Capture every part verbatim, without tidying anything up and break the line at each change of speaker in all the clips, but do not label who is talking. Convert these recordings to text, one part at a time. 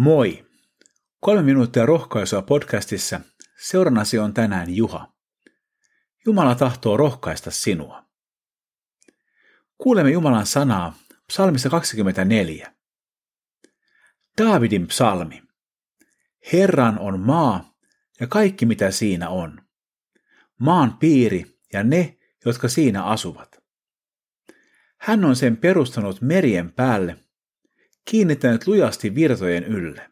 Moi! Kolme minuuttia rohkaisua podcastissa. Seurannasi on tänään Juha. Jumala tahtoo rohkaista sinua. Kuulemme Jumalan sanaa psalmista kaksikymmentäneljä. Daavidin psalmi. Herran on maa ja kaikki mitä siinä on. Maan piiri ja ne, jotka siinä asuvat. Hän on sen perustanut merien päälle, kiinnittänyt lujasti virtojen ylle.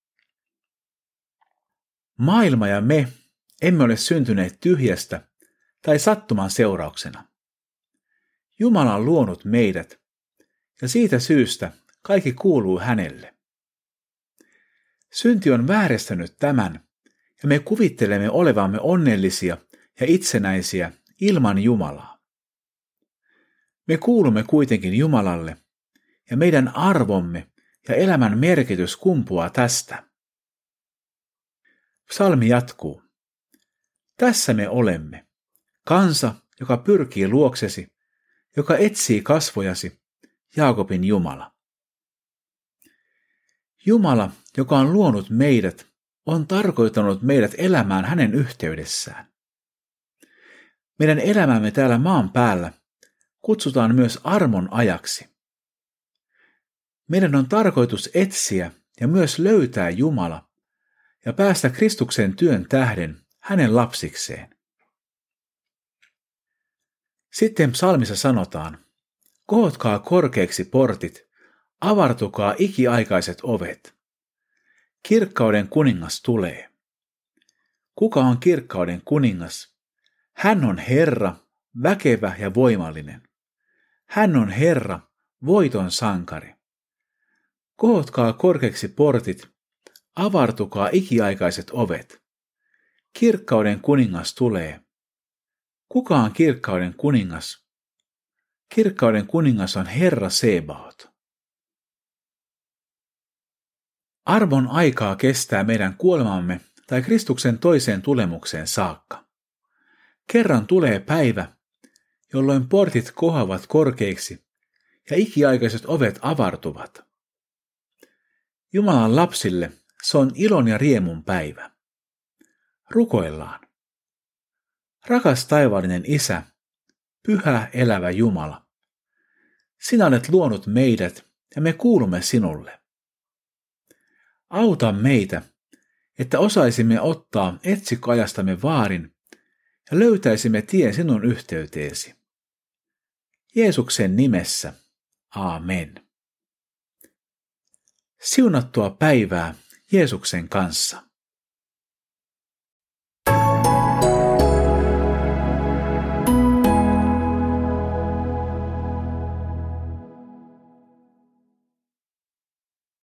Maailma ja me emme ole syntyneet tyhjästä tai sattuman seurauksena. Jumala on luonut meidät, ja siitä syystä kaikki kuuluu hänelle. Synti on vääristänyt tämän, ja me kuvittelemme olevamme onnellisia ja itsenäisiä ilman Jumalaa. Me kuulumme kuitenkin Jumalalle, ja meidän arvomme ja elämän merkitys kumpuaa tästä. Psalmi jatkuu. Tässä me olemme, kansa, joka pyrkii luoksesi, joka etsii kasvojasi, Jaakobin Jumala. Jumala, joka on luonut meidät, on tarkoittanut meidät elämään hänen yhteydessään. Meidän elämämme täällä maan päällä kutsutaan myös armon ajaksi. Meidän on tarkoitus etsiä ja myös löytää Jumala ja päästä Kristuksen työn tähden hänen lapsikseen. Sitten psalmissa sanotaan, kohotkaa korkeiksi portit, avartukaa ikiaikaiset ovet. Kirkkauden kuningas tulee. Kuka on kirkkauden kuningas? Hän on Herra, väkevä ja voimallinen. Hän on Herra, voiton sankari. Kohotkaa korkeiksi portit, avartukaa ikiaikaiset ovet. Kirkkauden kuningas tulee. Kuka on kirkkauden kuningas? Kirkkauden kuningas on Herra Sebaot. Armon aikaa kestää meidän kuolemamme tai Kristuksen toiseen tulemukseen saakka. Kerran tulee päivä, jolloin portit kohoavat korkeiksi ja ikiaikaiset ovet avartuvat. Jumalan lapsille se on ilon ja riemun päivä. Rukoillaan. Rakas taivaallinen Isä, pyhä elävä Jumala, sinä olet luonut meidät ja me kuulumme sinulle. Auta meitä, että osaisimme ottaa etsikkoajastamme vaarin ja löytäisimme tien sinun yhteyteesi. Jeesuksen nimessä, aamen. Siunattua päivää Jeesuksen kanssa.